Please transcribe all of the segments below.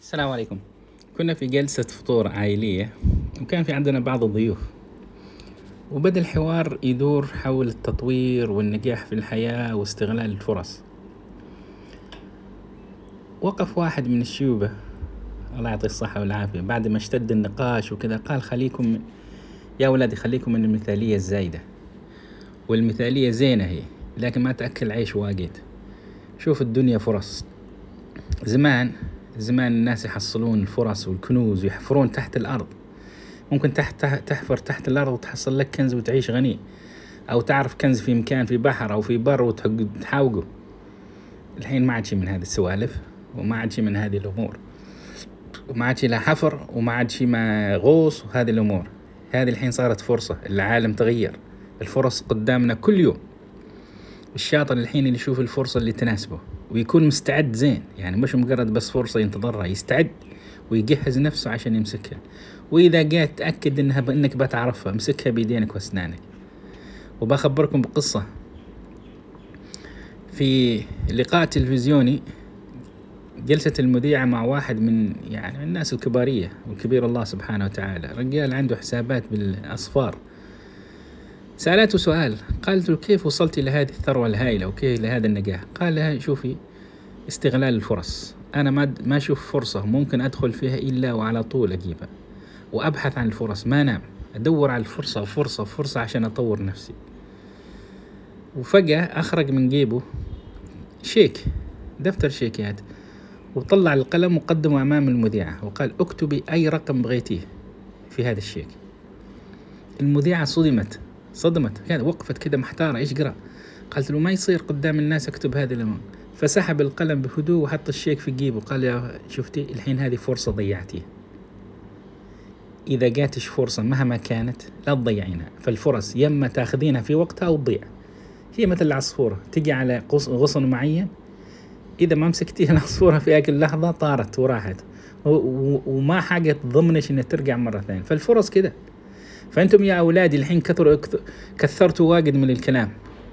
السلام عليكم. كنا في جلسة فطور عائلية، وكان في عندنا بعض الضيوف، وبدأ الحوار يدور حول التطوير والنجاح في الحياة واستغلال الفرص. وقف واحد من الشيوبة، الله يعطيه الصحة والعافية، بعد ما اشتد النقاش وكذا قال: خليكم يا ولادي، خليكم من المثالية الزايدة، والمثالية زينة هي، لكن ما تأكل عيش واجد. شوف الدنيا فرص. زمان الناس يحصلون الفرص والكنوز ويحفرون تحت الأرض. ممكن تحفر تحت الأرض وتحصل لك كنز وتعيش غني، أو تعرف كنز في مكان في بحر أو في بر وتحاوقه. الحين ما عاد شي من هذه السوالف، وما عاد شي من هذه الأمور، وما عاد شي لا حفر، وما عاد شي ما غوص وهذه الأمور. هذه الحين صارت فرصة، العالم تغير، الفرص قدامنا كل يوم. الشاطر الحين اللي يشوف الفرصة اللي تناسبه ويكون مستعد زين، يعني مش مجرد بس فرصة ينتظرها، يستعد ويجهز نفسه عشان يمسكها. وإذا جات تأكد إنك بتعرفها، امسكها بيدينك وأسنانك. وبخبركم بقصة في لقاء تلفزيوني، جلسة المذيعة مع واحد من الناس الكبارية والكبير الله سبحانه وتعالى. رجال عنده حسابات بالأصفار. سألته سؤال، قالت له: كيف وصلت إلى هذه الثروة الهائلة وكيف لهذا النجاح؟ قال لها: شوفي، استغلال الفرص. أنا ما أشوف فرصة ممكن أدخل فيها إلا وعلى طول أجيبها، وأبحث عن الفرص، ما نام، أدور على الفرصة فرصة فرصة عشان أطور نفسي. وفجأة أخرج من جيبه شيك، دفتر شيكات، وطلع القلم وقدمه أمام المذيعة وقال: اكتبي أي رقم بغيتيه في هذا الشيك. المذيعة صدمت، وقفت كده محتارة إيش قرأ. قالت له: ما يصير قدام الناس أكتب هذه الأمور. فسحب القلم بهدوء وحط الشيك في جيبه وقال: يا شفتي الحين هذه فرصة ضيعتيها. إذا جاتش فرصة مهما كانت لا تضيعينها. فالفرص يما تاخذينها في وقتها أو تضيع. هي مثل العصفورة، تجي على غصن معين، إذا ما مسكتيها العصفورة في أكل لحظة طارت وراحت، وما حاجة تضمنش إنها ترجع مرة ثانية. فالفرص كده. فأنتم يا أولادي الحين كثرتوا واجد من الكلام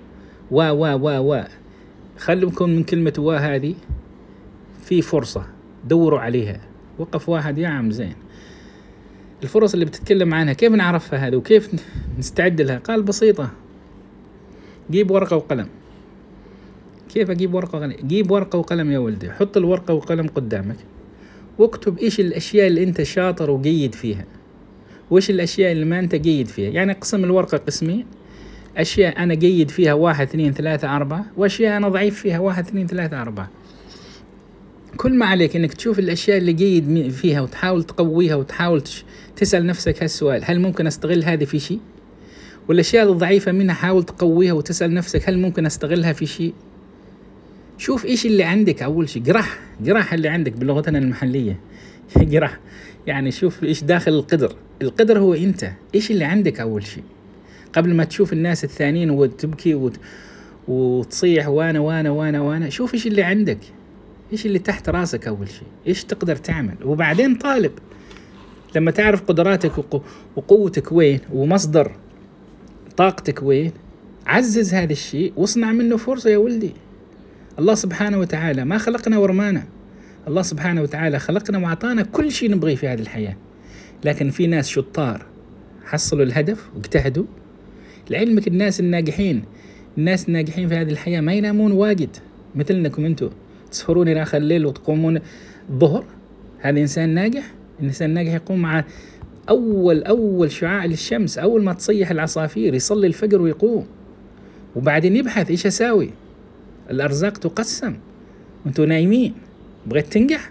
خلوكم من كلمة هذه. في فرصة دوروا عليها. وقف واحد: يا عم زين، الفرص اللي بتتكلم عنها كيف نعرفها هذه وكيف نستعد لها؟ قال: بسيطة، جيب ورقة وقلم. كيف أجيب ورقة وقلم؟ جيب ورقة وقلم يا ولدي، حط الورقة وقلم قدامك واكتب إيش الأشياء اللي أنت شاطر وجيد فيها، وإيش الأشياء اللي ما أنت جيد فيها. يعني اقسم الورقة قسمين: أشياء أنا جيد فيها 1 2 3 4، وأشياء أنا ضعيف فيها 1 2 3 4. كل ما عليك إنك تشوف الأشياء اللي جيد فيها وتحاول تقويها، وتحاول تسأل نفسك هالسؤال: هل ممكن أستغل هذه في شيء؟ والأشياء الضعيفة منها حاول تقويها وتسأل نفسك: هل ممكن أستغلها في شيء؟ شوف إيش اللي عندك أول شيء، جرح اللي عندك بلغتنا المحلية جرح. يعني شوف إيش داخل القدر هو أنت. إيش اللي عندك أول شيء، قبل ما تشوف الناس الثانيين وتبكي وتصيح وانا. شوف إيش اللي عندك، إيش اللي تحت راسك أول شيء، إيش تقدر تعمل. وبعدين طالب، لما تعرف قدراتك وقوتك وين ومصدر طاقتك وين، عزز هذا الشيء واصنع منه فرصة يا ولدي. الله سبحانه وتعالى ما خلقنا ورمانا. الله سبحانه وتعالى خلقنا وعطانا كل شيء نبغيه في هذه الحياة. لكن في ناس شطار حصلوا الهدف واجتهدوا. لعلمك الناس الناجحين في هذه الحياة ما ينامون واجد مثلنكم انتوا، تسهرون إلى آخر الليل وتقومون الظهر. هذا إنسان ناجح. الإنسان الناجح يقوم مع أول شعاع للشمس، أول ما تصيح العصافير يصلي الفجر ويقوم، وبعدين يبحث: إيش أساوي؟ الأرزاق تقسم وانتوا نايمين. بغيت تنجح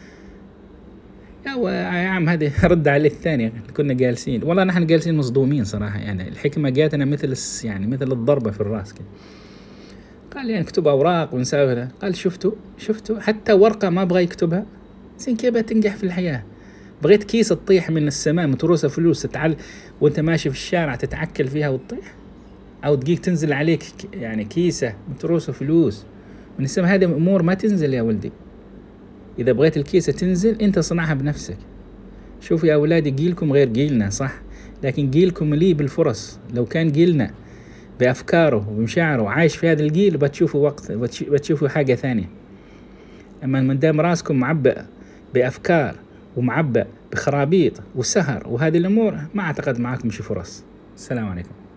يا عم؟ هذه رد عليه الثاني. كنا جالسين، والله نحن جالسين مصدومين صراحة. يعني الحكمة جاتنا مثل الضربة في الرأس كده. قال: يعني نكتب أوراق ونساوي. قال: شفتوا حتى ورقة ما بغى يكتبها. زين كيف تنجح في الحياة؟ بغيت كيس تطيح من السماء متروسة فلوس وانت ماشي في الشارع تتعكل فيها وتطيح، أو دقيق تنزل عليك كيسة متروسة فلوس من السماء. هذه أمور ما تنزل يا ولدي. إذا بغيت الكيسة تنزل أنت صنعها بنفسك. شوفوا يا أولادي، جيلكم غير جيلنا صح، لكن جيلكم مليء بالفرص. لو كان جيلنا بأفكاره ومشاعره عايش في هذا الجيل بتشوفوا حاجة ثانية. أما من دام راسكم معبأ بأفكار ومعبأ بخرابيط وسهر وهذه الأمور، ما أعتقد معاكم شي فرص. السلام عليكم.